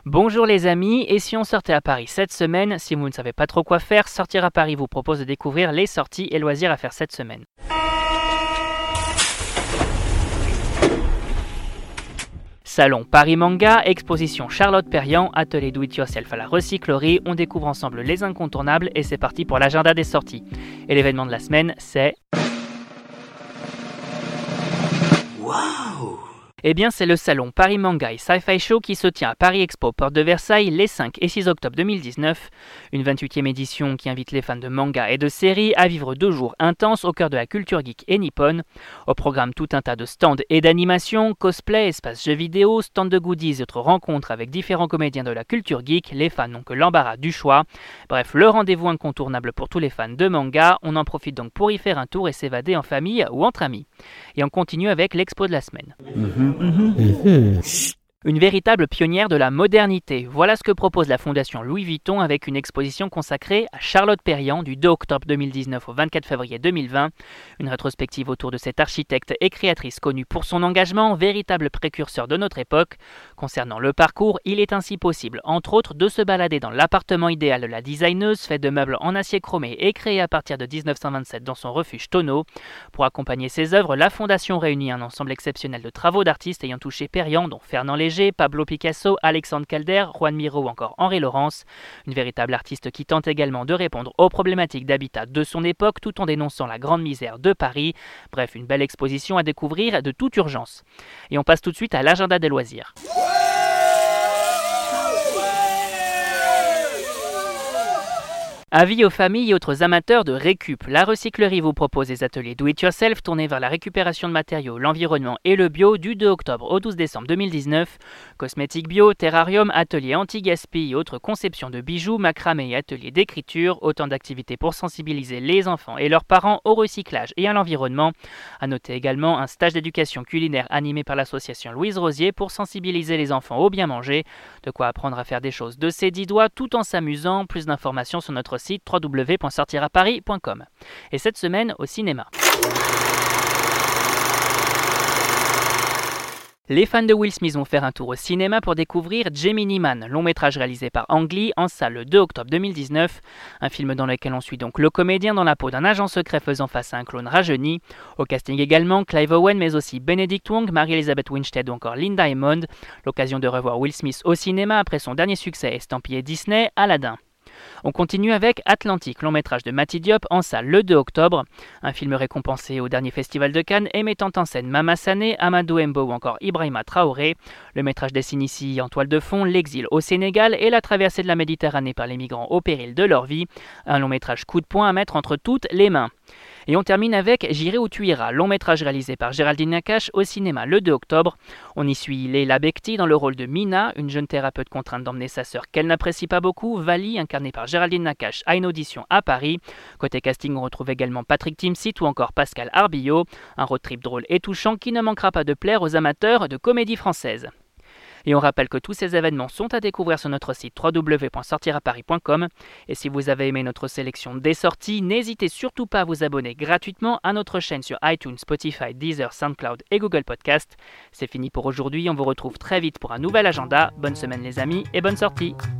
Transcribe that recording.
Bonjour les amis, et si on sortait à Paris cette semaine? Si vous ne savez pas trop quoi faire, Sortir à Paris vous propose de découvrir les sorties et loisirs à faire cette semaine. Salon Paris Manga, exposition Charlotte Perriand, atelier do-it-yourself à la recyclerie, on découvre ensemble les incontournables et c'est parti pour l'agenda des sorties. Et l'événement de la semaine, c'est... Waouh! Eh bien, c'est le salon Paris Manga et Sci-Fi Show qui se tient à Paris Expo, porte de Versailles, les 5 et 6 octobre 2019. Une 28e édition qui invite les fans de manga et de séries à vivre 2 jours intenses au cœur de la culture geek et nippone. Au programme, tout un tas de stands et d'animations, cosplay, espaces jeux vidéo, stands de goodies et autres rencontres avec différents comédiens de la culture geek. Les fans n'ont que l'embarras du choix. Bref, le rendez-vous incontournable pour tous les fans de manga. On en profite donc pour y faire un tour et s'évader en famille ou entre amis. Et on continue avec l'expo de la semaine. Une véritable pionnière de la modernité. Voilà ce que propose la Fondation Louis Vuitton avec une exposition consacrée à Charlotte Perriand du 2 octobre 2019 au 24 février 2020. Une rétrospective autour de cette architecte et créatrice connue pour son engagement, véritable précurseur de notre époque. Concernant le parcours, il est ainsi possible, entre autres, de se balader dans l'appartement idéal de la designeuse, fait de meubles en acier chromé et créé à partir de 1927 dans son refuge Tonneau. Pour accompagner ses œuvres, la Fondation réunit un ensemble exceptionnel de travaux d'artistes ayant touché Perriand, dont Fernand Léger, Pablo Picasso, Alexandre Calder, Juan Miro ou encore Henri Laurence. Une véritable artiste qui tente également de répondre aux problématiques d'habitat de son époque tout en dénonçant la grande misère de Paris. Bref, une belle exposition à découvrir de toute urgence. Et on passe tout de suite à l'agenda des loisirs. Avis aux familles et autres amateurs de récup, la recyclerie vous propose des ateliers do-it-yourself tournés vers la récupération de matériaux, l'environnement et le bio du 2 octobre au 12 décembre 2019. Cosmétiques bio, terrarium, ateliers anti-gaspi et autres conceptions de bijoux, macramé et ateliers d'écriture, autant d'activités pour sensibiliser les enfants et leurs parents au recyclage et à l'environnement. À noter également un stage d'éducation culinaire animé par l'association Louise Rosier pour sensibiliser les enfants au bien manger. De quoi apprendre à faire des choses de ses 10 doigts tout en s'amusant. Plus d'informations sur notre site www.sortiraparis.com. Et cette semaine au cinéma. Les fans de Will Smith vont faire un tour au cinéma pour découvrir Gemini Man, long métrage réalisé par Ang Lee en salle le 2 octobre 2019. Un film dans lequel on suit donc le comédien dans la peau d'un agent secret faisant face à un clone rajeuni. Au casting également, Clive Owen mais aussi Benedict Wong, Mary-Elizabeth Winstead ou encore Linda Hammond. L'occasion de revoir Will Smith au cinéma après son dernier succès estampillé Disney, Aladdin. On continue avec Atlantique, long métrage de Mati Diop en salle le 2 octobre. Un film récompensé au dernier festival de Cannes et mettant en scène Mama Sané, Amadou Embo ou encore Ibrahima Traoré. Le métrage dessine ici en toile de fond l'exil au Sénégal et la traversée de la Méditerranée par les migrants au péril de leur vie. Un long métrage coup de poing à mettre entre toutes les mains. Et on termine avec J'irai où tu iras, long métrage réalisé par Géraldine Nakache au cinéma le 2 octobre. On y suit Leila Bekti dans le rôle de Mina, une jeune thérapeute contrainte d'emmener sa sœur qu'elle n'apprécie pas beaucoup, Vali, incarnée par Géraldine Nakache, à une audition à Paris. Côté casting, on retrouve également Patrick Timsit ou encore Pascal Arbillot, un road trip drôle et touchant qui ne manquera pas de plaire aux amateurs de comédie française. Et on rappelle que tous ces événements sont à découvrir sur notre site www.sortiraparis.com. Et si vous avez aimé notre sélection des sorties, n'hésitez surtout pas à vous abonner gratuitement à notre chaîne sur iTunes, Spotify, Deezer, SoundCloud et Google Podcast. C'est fini pour aujourd'hui, on vous retrouve très vite pour un nouvel agenda. Bonne semaine les amis et bonne sortie.